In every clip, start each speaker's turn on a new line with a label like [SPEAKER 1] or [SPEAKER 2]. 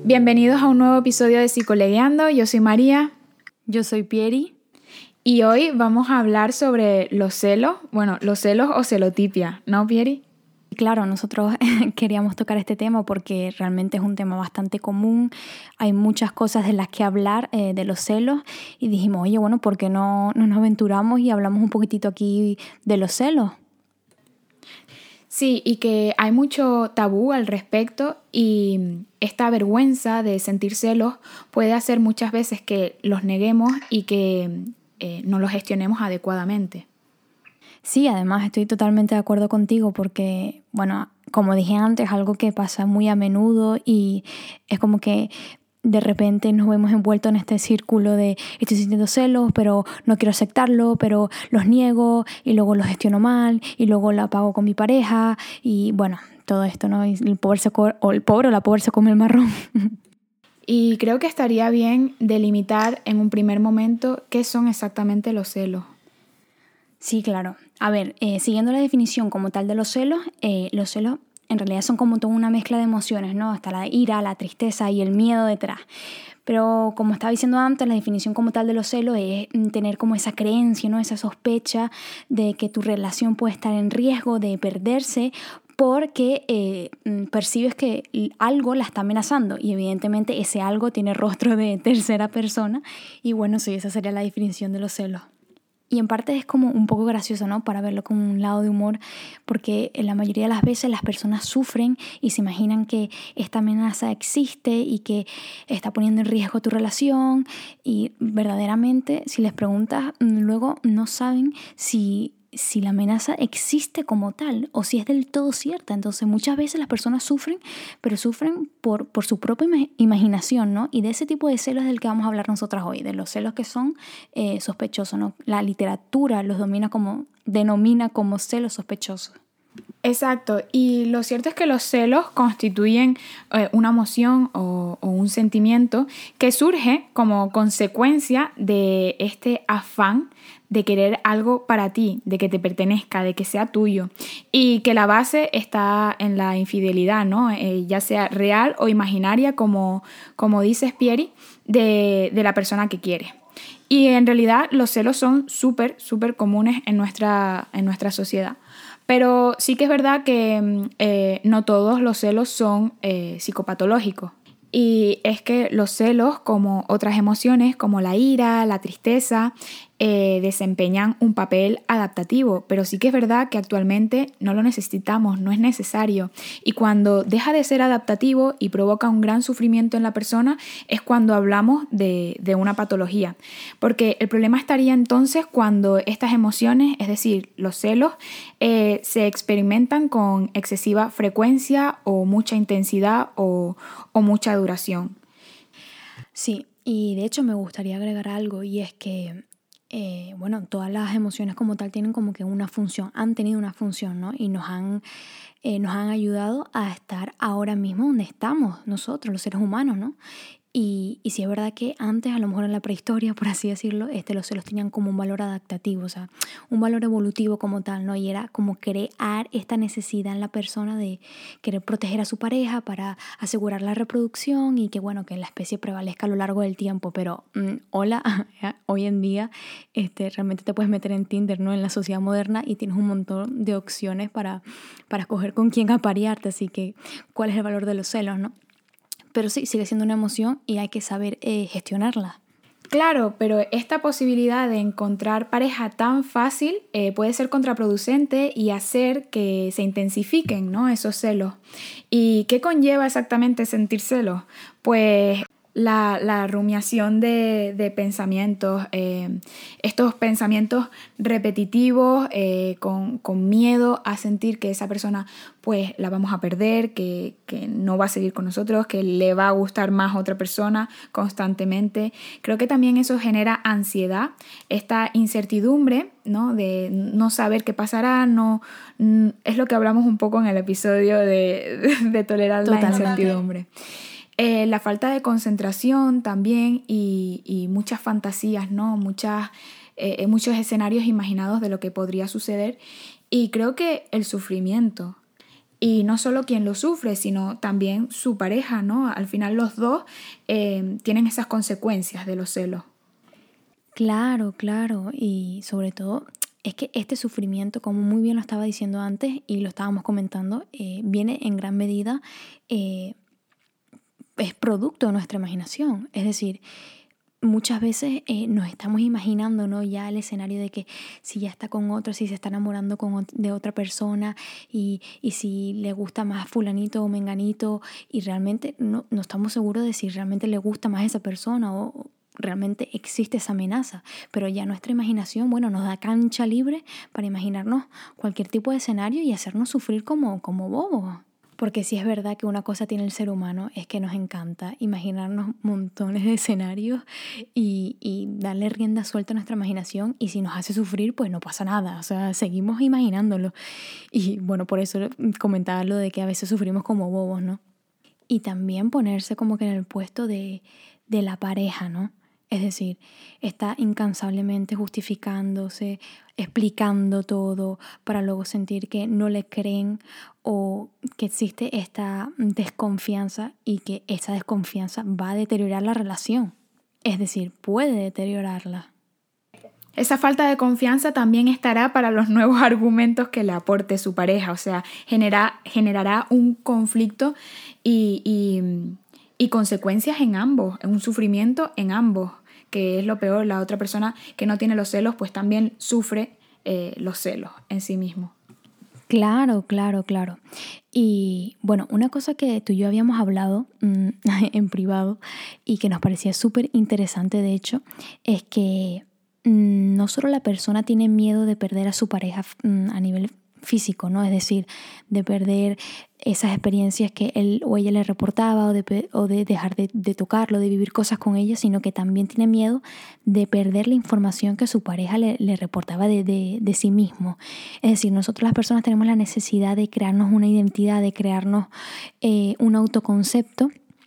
[SPEAKER 1] Bienvenidos a un nuevo episodio de Psicolegueando. Yo soy María.
[SPEAKER 2] Yo soy Pieri.
[SPEAKER 1] Y hoy vamos a hablar sobre los celos. Bueno, los celos o celotipia, ¿no, Pieri?
[SPEAKER 2] Claro, nosotros queríamos tocar este tema porque realmente es un tema bastante común. Hay muchas cosas de las que hablar de los celos y dijimos, oye, bueno, ¿por qué no nos aventuramos y hablamos un poquitito aquí de los celos?
[SPEAKER 1] Sí, y que hay mucho tabú al respecto y esta vergüenza de sentir celos puede hacer muchas veces que los neguemos y que no los gestionemos adecuadamente.
[SPEAKER 2] Sí, además estoy totalmente de acuerdo contigo porque, bueno, como dije antes, es algo que pasa muy a menudo y es como que de repente nos vemos envueltos en este círculo de estoy sintiendo celos, pero no quiero aceptarlo, pero los niego y luego los gestiono mal y luego la pago con mi pareja y bueno, todo esto, ¿no? Y el pobre o la pobre se come el marrón.
[SPEAKER 1] Y creo que estaría bien delimitar en un primer momento qué son exactamente los celos.
[SPEAKER 2] Sí, claro. A ver, siguiendo la definición como tal de los celos en realidad son como toda una mezcla de emociones, ¿no? Está la ira, la tristeza y el miedo detrás. Pero como estaba diciendo antes, la definición como tal de los celos es tener como esa creencia, ¿no? Esa sospecha de que tu relación puede estar en riesgo de perderse porque percibes que algo la está amenazando y evidentemente ese algo tiene rostro de tercera persona y bueno, sí, esa sería la definición de los celos. Y en parte es como un poco gracioso, ¿no? Para verlo con un lado de humor, porque la mayoría de las veces las personas sufren y se imaginan que esta amenaza existe y que está poniendo en riesgo tu relación y verdaderamente si les preguntas luego no saben si la amenaza existe como tal o si es del todo cierta. Entonces muchas veces las personas sufren, pero sufren por su propia imaginación, ¿no? Y de ese tipo de celos es del que vamos a hablar nosotras hoy, de los celos que son sospechosos, ¿no? La literatura los denomina como celos sospechosos.
[SPEAKER 1] Exacto, y lo cierto es que los celos constituyen una emoción o un sentimiento que surge como consecuencia de este afán de querer algo para ti, de que te pertenezca, de que sea tuyo y que la base está en la infidelidad, ¿no? Ya sea real o imaginaria, como dices, Pieri, de la persona que quieres. Y en realidad los celos son súper comunes en nuestra sociedad. Pero sí que es verdad que no todos los celos son psicopatológicos. Y es que los celos, como otras emociones, como la ira, la tristeza, desempeñan un papel adaptativo. Pero sí que es verdad que actualmente no lo necesitamos, no es necesario. Y cuando deja de ser adaptativo y provoca un gran sufrimiento en la persona, es cuando hablamos de una patología. Porque el problema estaría entonces cuando estas emociones, es decir, los celos, se experimentan con excesiva frecuencia o mucha intensidad o mucha duración.
[SPEAKER 2] Sí, y de hecho me gustaría agregar algo y es que, bueno, todas las emociones como tal tienen como que una función, han tenido una función, ¿no? Y nos han ayudado a estar ahora mismo donde estamos nosotros, los seres humanos, ¿no? Y sí es verdad que antes, a lo mejor en la prehistoria, por así decirlo, los celos tenían como un valor adaptativo, o sea, un valor evolutivo como tal, ¿no? Y era como crear esta necesidad en la persona de querer proteger a su pareja para asegurar la reproducción y que, bueno, que la especie prevalezca a lo largo del tiempo. Pero, hola, hoy en día realmente te puedes meter en Tinder, ¿no? En la sociedad moderna y tienes un montón de opciones para escoger con quién aparearte, así que, ¿cuál es el valor de los celos, no? Pero sí, sigue siendo una emoción y hay que saber gestionarla.
[SPEAKER 1] Claro, pero esta posibilidad de encontrar pareja tan fácil puede ser contraproducente y hacer que se intensifiquen, ¿no? Esos celos. ¿Y qué conlleva exactamente sentir celos? Pues la rumiación de pensamientos, estos pensamientos repetitivos con miedo a sentir que esa persona pues la vamos a perder, que no va a seguir con nosotros, que le va a gustar más a otra persona constantemente. Creo que también eso genera ansiedad, esta incertidumbre, ¿no? De no saber qué pasará, es lo que hablamos un poco en el episodio de tolerar la incertidumbre. La falta de concentración también y muchas fantasías, ¿no? Muchos escenarios imaginados de lo que podría suceder. Y creo que el sufrimiento y no solo quien lo sufre, sino también su pareja, ¿no? Al final los dos tienen esas consecuencias de los celos.
[SPEAKER 2] Claro, claro, y sobre todo es que este sufrimiento, como muy bien lo estaba diciendo antes y lo estábamos comentando, viene en gran medida, es producto de nuestra imaginación. Es decir, muchas veces nos estamos imaginando, ¿no?, ya el escenario de que si ya está con otro, si se está enamorando de otra persona y si le gusta más fulanito o menganito, y realmente no estamos seguros de si realmente le gusta más esa persona o realmente existe esa amenaza. Pero ya nuestra imaginación, bueno, nos da cancha libre para imaginarnos cualquier tipo de escenario y hacernos sufrir como bobos. Porque sí es verdad que una cosa tiene el ser humano, es que nos encanta imaginarnos montones de escenarios y darle rienda suelta a nuestra imaginación, y si nos hace sufrir, pues no pasa nada, o sea, seguimos imaginándolo. Y bueno, por eso comentaba lo de que a veces sufrimos como bobos, ¿no? Y también ponerse como que en el puesto de la pareja, ¿no? Es decir, está incansablemente justificándose, explicando todo para luego sentir que no le creen o que existe esta desconfianza y que esa desconfianza va a deteriorar la relación. Es decir, puede deteriorarla.
[SPEAKER 1] Esa falta de confianza también estará para los nuevos argumentos que le aporte su pareja, o sea, generará un conflicto y consecuencias en ambos, un sufrimiento en ambos, que es lo peor. La otra persona que no tiene los celos, pues también sufre los celos en sí mismo.
[SPEAKER 2] Claro, claro, claro. Y bueno, una cosa que tú y yo habíamos hablado en privado y que nos parecía súper interesante, de hecho, es que no solo la persona tiene miedo de perder a su pareja a nivel físico, ¿no? Es decir, de perder esas experiencias que él o ella le reportaba o de dejar de tocarlo, de vivir cosas con ella, sino que también tiene miedo de perder la información que su pareja le reportaba de sí mismo. Es decir, nosotros las personas tenemos la necesidad de crearnos una identidad, de crearnos un autoconcepto,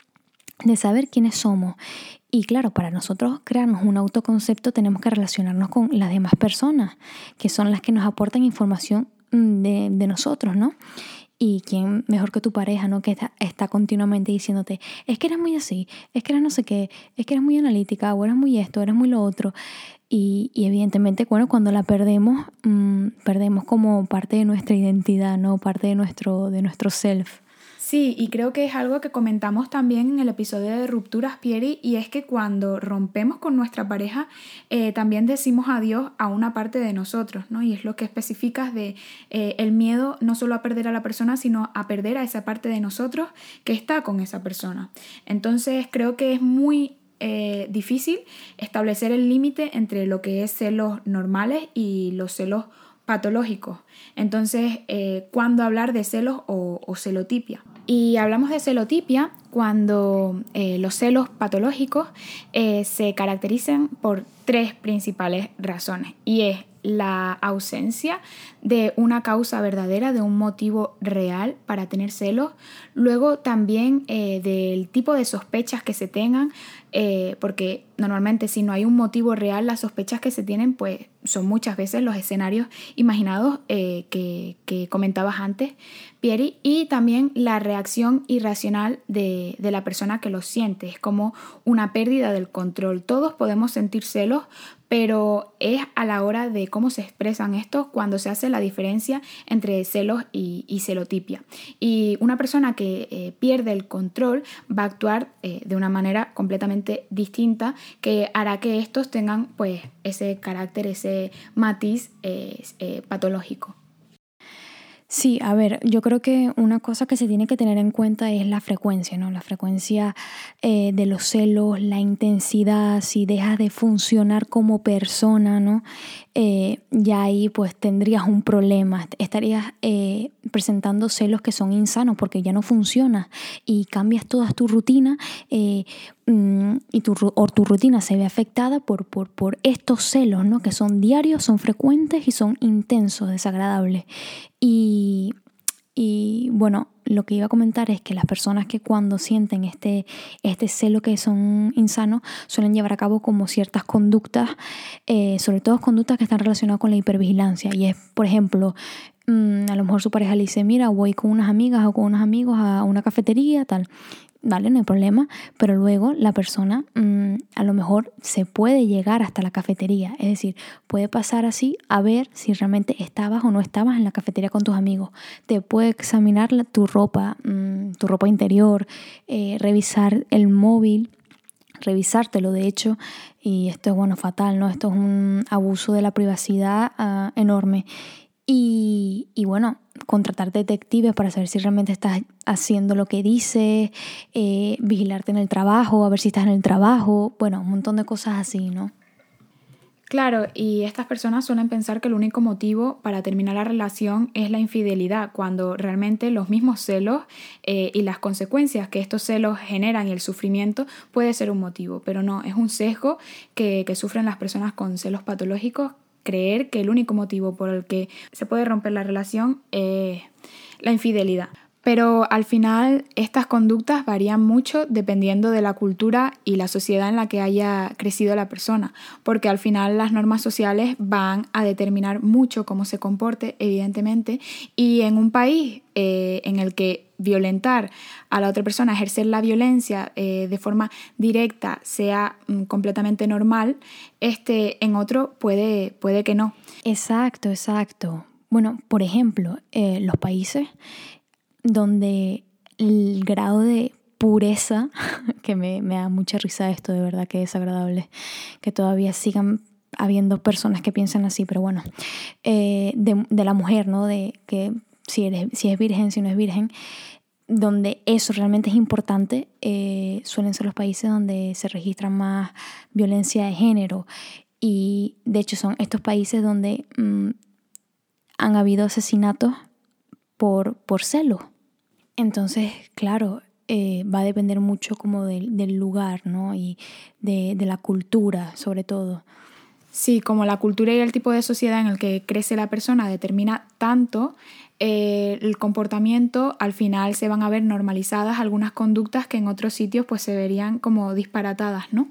[SPEAKER 2] de saber quiénes somos. Y claro, para nosotros crearnos un autoconcepto tenemos que relacionarnos con las demás personas, que son las que nos aportan información de nosotros, ¿no? Y quién mejor que tu pareja, ¿no?, que está continuamente diciéndote, es que eres muy así, es que eres no sé qué, es que eres muy analítica, o eres muy esto, eres muy lo otro. Y evidentemente, bueno, cuando la perdemos, perdemos como parte de nuestra identidad, ¿no?, parte de nuestro self.
[SPEAKER 1] Sí, y creo que es algo que comentamos también en el episodio de Rupturas, Pieri, y es que cuando rompemos con nuestra pareja, también decimos adiós a una parte de nosotros, ¿no? Y es lo que especificas de el miedo no solo a perder a la persona, sino a perder a esa parte de nosotros que está con esa persona. Entonces creo que es muy difícil establecer el límite entre lo que es celos normales y los celos patológicos. Entonces, ¿cuándo hablar de celos o celotipia? Y hablamos de celotipia cuando los celos patológicos se caracterizan por 3 principales razones, y es la ausencia de una causa verdadera, de un motivo real para tener celos, luego también del tipo de sospechas que se tengan, porque normalmente si no hay un motivo real, las sospechas que se tienen pues son muchas veces los escenarios imaginados que comentabas antes, Pieri, y también la reacción irracional de la persona que lo siente. Es como una pérdida del control. Todos podemos sentir celos, pero es a la hora de cómo se expresan estos cuando se hace la diferencia entre celos y celotipia. Y una persona que pierde el control va a actuar de una manera completamente distinta, que hará que estos tengan pues ese carácter, ese matiz patológico.
[SPEAKER 2] Sí, a ver, yo creo que una cosa que se tiene que tener en cuenta es la frecuencia, ¿no? La frecuencia de los celos, la intensidad, si dejas de funcionar como persona, ¿no? Ya ahí pues tendrías un problema, estarías presentando celos que son insanos porque ya no funcionas y cambias toda tu rutina y tu rutina se ve afectada por estos celos, ¿no? Que son diarios, son frecuentes y son intensos, desagradables. Y bueno, lo que iba a comentar es que las personas que cuando sienten este celo que son insanos suelen llevar a cabo como ciertas conductas, sobre todo conductas que están relacionadas con la hipervigilancia. Y es, por ejemplo, A lo mejor su pareja le dice, mira, voy con unas amigas o con unos amigos a una cafetería, tal. Vale, no hay problema, pero luego la persona a lo mejor se puede llegar hasta la cafetería, es decir, puede pasar así a ver si realmente estabas o no estabas en la cafetería con tus amigos, te puede examinar tu ropa interior, revisar el móvil, revisártelo de hecho, y esto es bueno, fatal, ¿no? Esto es un abuso de la privacidad enorme. Y bueno, contratar detectives para saber si realmente estás haciendo lo que dices, vigilarte en el trabajo, a ver si estás en el trabajo, bueno, un montón de cosas así, ¿no?
[SPEAKER 1] Claro, y estas personas suelen pensar que el único motivo para terminar la relación es la infidelidad, cuando realmente los mismos celos y las consecuencias que estos celos generan y el sufrimiento puede ser un motivo, pero no, es un sesgo que sufren las personas con celos patológicos, creer que el único motivo por el que se puede romper la relación es la infidelidad. Pero al final estas conductas varían mucho dependiendo de la cultura y la sociedad en la que haya crecido la persona, porque al final las normas sociales van a determinar mucho cómo se comporte, evidentemente, y en un país en el que violentar a la otra persona, ejercer la violencia de forma directa sea completamente normal, en otro puede que no.
[SPEAKER 2] Exacto. Bueno, por ejemplo, los países donde el grado de pureza, que me da mucha risa esto, de verdad que es desagradable, que todavía sigan habiendo personas que piensan así, pero bueno, de la mujer, ¿no? De que si es virgen, si no es virgen, donde eso realmente es importante, suelen ser los países donde se registra más violencia de género. Y de hecho son estos países donde han habido asesinatos por celos. Entonces, claro, va a depender mucho como del lugar, ¿no? Y de la cultura, sobre todo.
[SPEAKER 1] Sí, como la cultura y el tipo de sociedad en el que crece la persona determina tanto el comportamiento, al final se van a ver normalizadas algunas conductas que en otros sitios pues se verían como disparatadas, ¿no?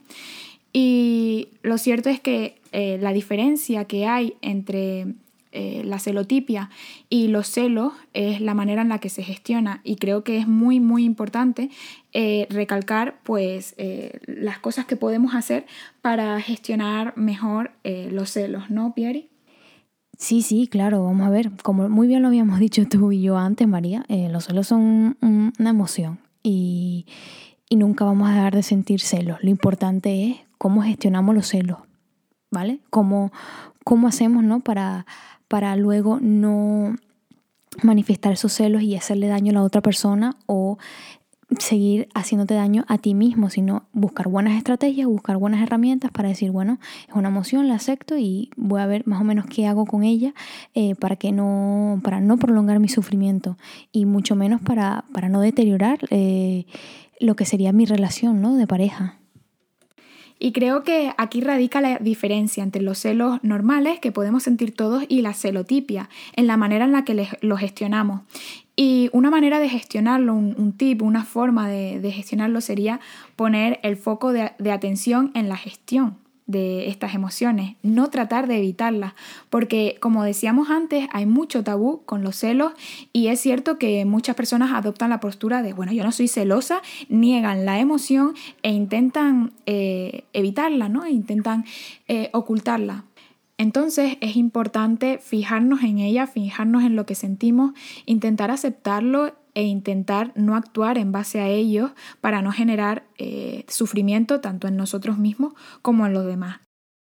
[SPEAKER 1] Y lo cierto es que la diferencia que hay entre la celotipia y los celos es la manera en la que se gestiona, y creo que es muy muy importante recalcar pues las cosas que podemos hacer para gestionar mejor los celos, ¿no, Pieri?
[SPEAKER 2] Sí, claro, vamos a ver, como muy bien lo habíamos dicho tú y yo antes, María, los celos son una emoción y nunca vamos a dejar de sentir celos. Lo importante es cómo gestionamos los celos, ¿vale? Cómo hacemos, ¿no? Para luego no manifestar esos celos y hacerle daño a la otra persona o seguir haciéndote daño a ti mismo, sino buscar buenas estrategias, buscar buenas herramientas para decir, bueno, es una emoción, la acepto y voy a ver más o menos qué hago con ella para no prolongar mi sufrimiento y mucho menos para no deteriorar lo que sería mi relación, ¿no? De pareja.
[SPEAKER 1] Y creo que aquí radica la diferencia entre los celos normales que podemos sentir todos y la celotipia, en la manera en la que lo gestionamos. Y una manera de gestionarlo, un tip, una forma de gestionarlo sería poner el foco de atención en la gestión de estas emociones, no tratar de evitarlas, porque como decíamos antes, hay mucho tabú con los celos y es cierto que muchas personas adoptan la postura de, bueno, yo no soy celosa, niegan la emoción e intentan evitarla, ¿no? E intentan ocultarla. Entonces es importante fijarnos en ella, fijarnos en lo que sentimos, intentar aceptarlo e intentar no actuar en base a ellos para no generar sufrimiento tanto en nosotros mismos como en los demás.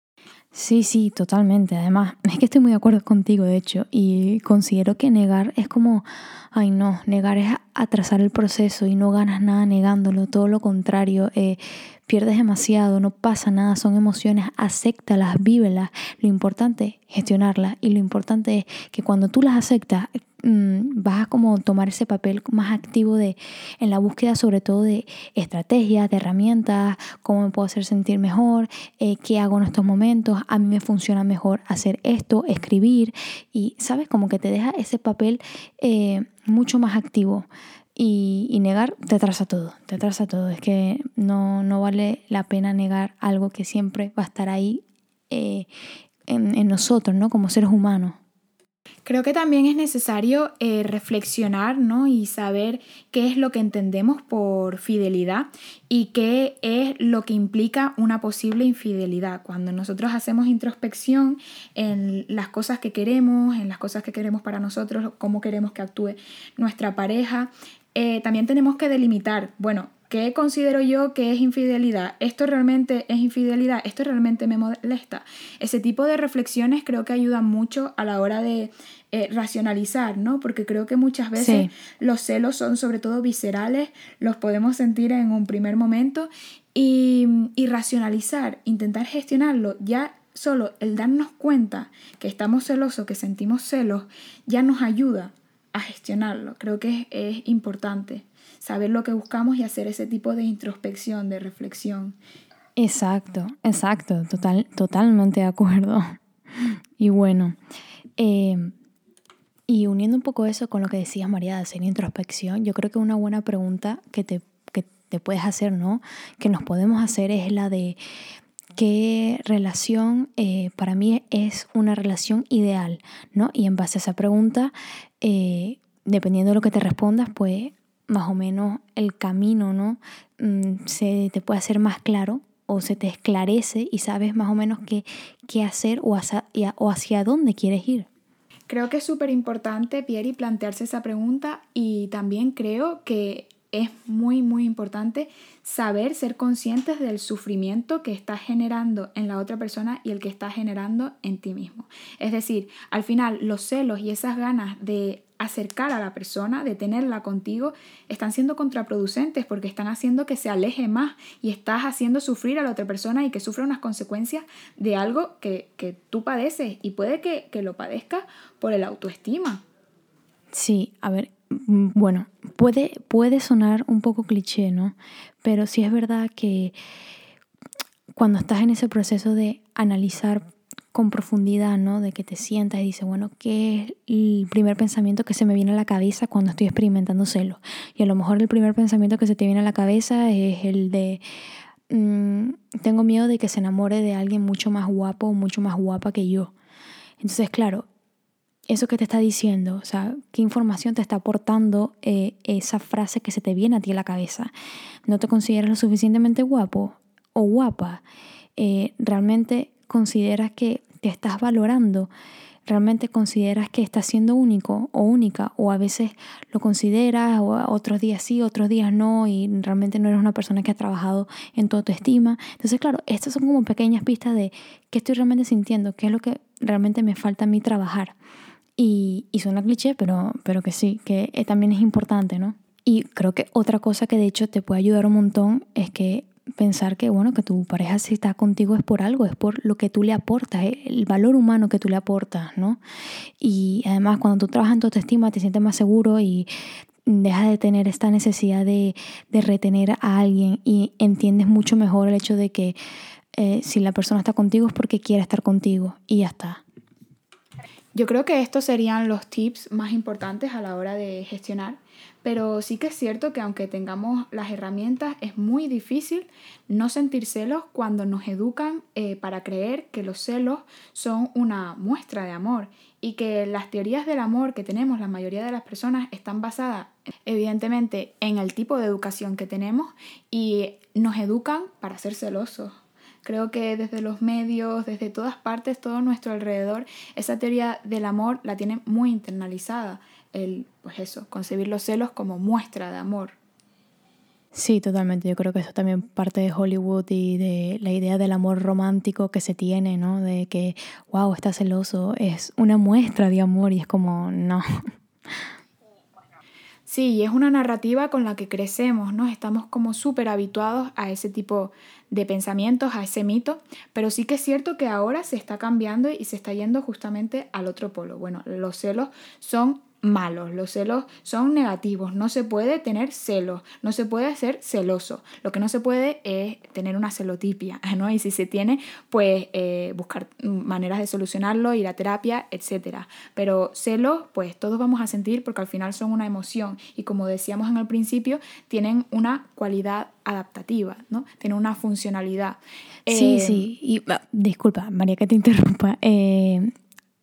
[SPEAKER 2] Sí, totalmente. Además, es que estoy muy de acuerdo contigo, de hecho, y considero que negar es como, ay no, negar es atrasar el proceso y no ganas nada negándolo, todo lo contrario, pierdes demasiado, no pasa nada, son emociones, acéptalas, vívelas. Lo importante es gestionarlas y lo importante es que cuando tú las aceptas, vas a como tomar ese papel más activo en la búsqueda sobre todo de estrategias, de herramientas, cómo me puedo hacer sentir mejor, qué hago en estos momentos, a mí me funciona mejor hacer esto, escribir y, ¿sabes? Como que te deja ese papel mucho más activo. Y negar te atrasa todo. Es que no vale la pena negar algo que siempre va a estar ahí en nosotros, ¿no? Como seres humanos.
[SPEAKER 1] Creo que también es necesario reflexionar, ¿no? Y saber qué es lo que entendemos por fidelidad y qué es lo que implica una posible infidelidad. Cuando nosotros hacemos introspección en las cosas que queremos, en las cosas que queremos para nosotros, cómo queremos que actúe nuestra pareja, también tenemos que delimitar, bueno, ¿qué considero yo que es infidelidad? ¿Esto realmente es infidelidad? ¿Esto realmente me molesta? Ese tipo de reflexiones creo que ayudan mucho a la hora de racionalizar, ¿no? Porque creo que muchas veces
[SPEAKER 2] Sí,
[SPEAKER 1] los celos son sobre todo viscerales, los podemos sentir en un primer momento y racionalizar, intentar gestionarlo, ya solo el darnos cuenta que estamos celosos, que sentimos celos, ya nos ayuda a gestionarlo. Creo que es importante saber lo que buscamos y hacer ese tipo de introspección, de reflexión.
[SPEAKER 2] exacto, totalmente de acuerdo. Y bueno, eh, y uniendo un poco eso con lo que decías, María, de hacer introspección, yo creo que una buena pregunta que te puedes hacer, ¿no? Que nos podemos hacer es la de qué relación para mí es una relación ideal, ¿no? Y en base a esa pregunta, dependiendo de lo que te respondas, pues más o menos el camino, ¿no? Se te puede hacer más claro o se te esclarece y sabes más o menos qué hacer o hacia dónde quieres ir.
[SPEAKER 1] Creo que es súper importante, Pieri, plantearse esa pregunta y también creo que es muy, muy importante saber ser conscientes del sufrimiento que estás generando en la otra persona y el que estás generando en ti mismo. Es decir, al final los celos y esas ganas de acercar a la persona, de tenerla contigo, están siendo contraproducentes porque están haciendo que se aleje más y estás haciendo sufrir a la otra persona y que sufra unas consecuencias de algo que tú padeces y puede que lo padezcas por el autoestima.
[SPEAKER 2] Sí, a ver, bueno, puede sonar un poco cliché, ¿no? Pero sí es verdad que cuando estás en ese proceso de analizar con profundidad, ¿no? De que te sientas y dices, bueno, ¿qué es el primer pensamiento que se me viene a la cabeza cuando estoy experimentando celos? Y a lo mejor el primer pensamiento que se te viene a la cabeza es el de, tengo miedo de que se enamore de alguien mucho más guapo o mucho más guapa que yo. Entonces, claro, eso que te está diciendo, o sea, qué información te está aportando esa frase que se te viene a ti a la cabeza. ¿No te consideras lo suficientemente guapo o guapa? ¿Realmente consideras que te estás valorando? ¿Realmente consideras que estás siendo único o única? O a veces lo consideras, o otros días sí, otros días no, y realmente no eres una persona que ha trabajado en tu autoestima. Entonces, claro, estas son como pequeñas pistas de qué estoy realmente sintiendo, qué es lo que realmente me falta a mí trabajar. Y suena cliché, pero que sí, que también es importante, ¿no? Y creo que otra cosa que de hecho te puede ayudar un montón es que pensar que, bueno, que tu pareja si está contigo es por algo, es por lo que tú le aportas, el valor humano que tú le aportas, ¿no? Y además cuando tú trabajas en tu autoestima te sientes más seguro y dejas de tener esta necesidad de retener a alguien y entiendes mucho mejor el hecho de que si la persona está contigo es porque quiere estar contigo y ya está.
[SPEAKER 1] Yo creo que estos serían los tips más importantes a la hora de gestionar, pero sí que es cierto que aunque tengamos las herramientas, es muy difícil no sentir celos cuando nos educan para creer que los celos son una muestra de amor y que las teorías del amor que tenemos la mayoría de las personas están basadas evidentemente en el tipo de educación que tenemos y nos educan para ser celosos. Creo que desde los medios, desde todas partes, todo nuestro alrededor, esa teoría del amor la tienen muy internalizada. Pues eso, concebir los celos como muestra de amor.
[SPEAKER 2] Sí, totalmente. Yo creo que eso también parte de Hollywood y de la idea del amor romántico que se tiene, ¿no? De que, wow, está celoso, es una muestra de amor y es como, no.
[SPEAKER 1] Sí, y es una narrativa con la que crecemos, ¿no? Estamos como súper habituados a ese tipo de pensamientos, a ese mito, pero sí que es cierto que ahora se está cambiando y se está yendo justamente al otro polo. Bueno, los celos son malos, los celos son negativos, no se puede tener celos, no se puede ser celoso, lo que no se puede es tener una celotipia, ¿no? Y si se tiene, pues buscar maneras de solucionarlo, ir a terapia, etcétera. Pero celos, pues todos vamos a sentir porque al final son una emoción y como decíamos en el principio, tienen una cualidad adaptativa, ¿no? Tienen una funcionalidad.
[SPEAKER 2] Sí, sí. Y disculpa, María, que te interrumpa.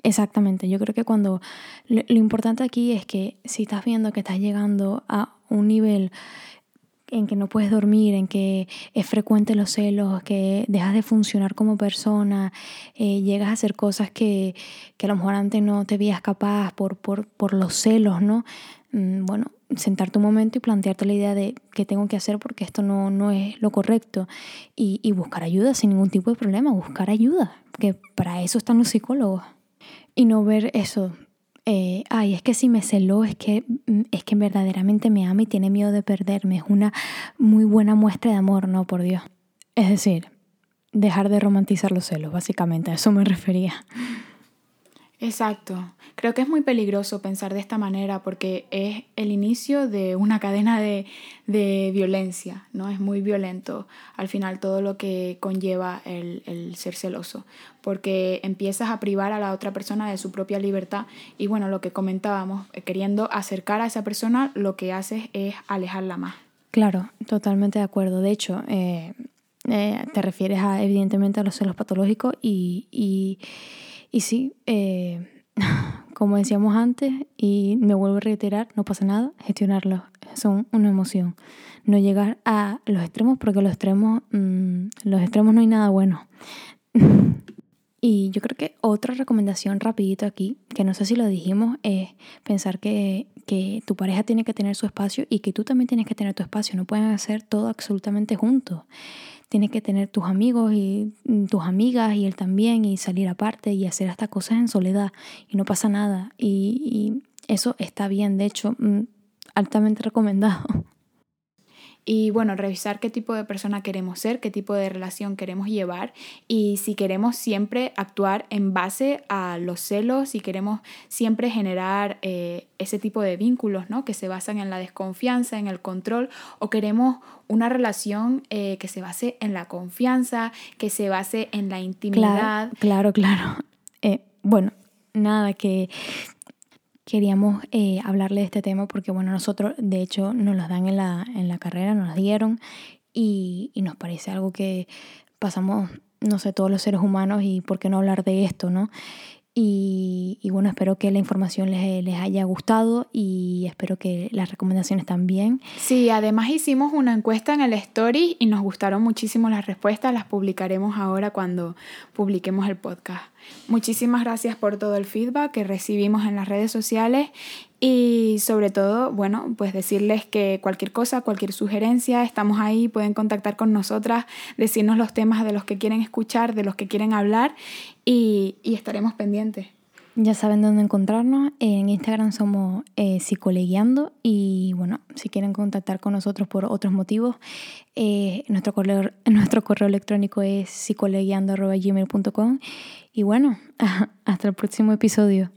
[SPEAKER 2] Exactamente, yo creo que cuando lo importante aquí es que si estás viendo que estás llegando a un nivel en que no puedes dormir, en que es frecuente los celos, que dejas de funcionar como persona, llegas a hacer cosas que a lo mejor antes no te veías capaz por los celos, ¿no? Bueno, sentarte un momento y plantearte la idea de qué tengo que hacer porque esto no es lo correcto y buscar ayuda sin ningún tipo de problema, buscar ayuda, que para eso están los psicólogos. Y no ver eso, es que si me celó, es que verdaderamente me ama y tiene miedo de perderme. Es una muy buena muestra de amor, no, por Dios. Es decir, dejar de romantizar los celos, básicamente, a eso me refería.
[SPEAKER 1] Exacto. Creo que es muy peligroso pensar de esta manera porque es el inicio de una cadena de violencia, ¿no? Es muy violento al final todo lo que conlleva el ser celoso, porque empiezas a privar a la otra persona de su propia libertad y bueno, lo que comentábamos, queriendo acercar a esa persona, lo que haces es alejarla más.
[SPEAKER 2] Claro, totalmente de acuerdo. De hecho, te refieres evidentemente a los celos patológicos y sí, como decíamos antes, y me vuelvo a reiterar, no pasa nada, gestionarlos son una emoción. No llegar a los extremos porque los extremos no hay nada bueno. Y yo creo que otra recomendación rapidito aquí, que no sé si lo dijimos, es pensar que tu pareja tiene que tener su espacio y que tú también tienes que tener tu espacio. No pueden hacer todo absolutamente juntos. Tienes que tener tus amigos y tus amigas y él también y salir aparte y hacer hasta cosas en soledad y no pasa nada. Y eso está bien, de hecho, altamente recomendado.
[SPEAKER 1] Y bueno, revisar qué tipo de persona queremos ser, qué tipo de relación queremos llevar y si queremos siempre actuar en base a los celos, si queremos siempre generar ese tipo de vínculos, ¿no? Que se basan en la desconfianza, en el control, o queremos una relación que se base en la confianza, que se base en la intimidad.
[SPEAKER 2] Claro. Bueno, nada, que queríamos hablarle de este tema porque, bueno, nosotros, de hecho, nos los dan en la carrera, nos los dieron y nos parece algo que pasamos, no sé, todos los seres humanos y por qué no hablar de esto, ¿no? Y bueno, espero que la información les haya gustado y espero que las recomendaciones también.
[SPEAKER 1] Sí, además hicimos una encuesta en el Story y nos gustaron muchísimo las respuestas. Las publicaremos ahora cuando publiquemos el podcast. Muchísimas gracias por todo el feedback que recibimos en las redes sociales y sobre todo, bueno, pues decirles que cualquier cosa, cualquier sugerencia, estamos ahí, pueden contactar con nosotras, decirnos los temas de los que quieren escuchar, de los que quieren hablar y estaremos pendientes.
[SPEAKER 2] Ya saben dónde encontrarnos. En Instagram somos psicoleguiando y bueno, si quieren contactar con nosotros por otros motivos, nuestro correo electrónico es psicoleguiando@gmail.com y bueno, hasta el próximo episodio.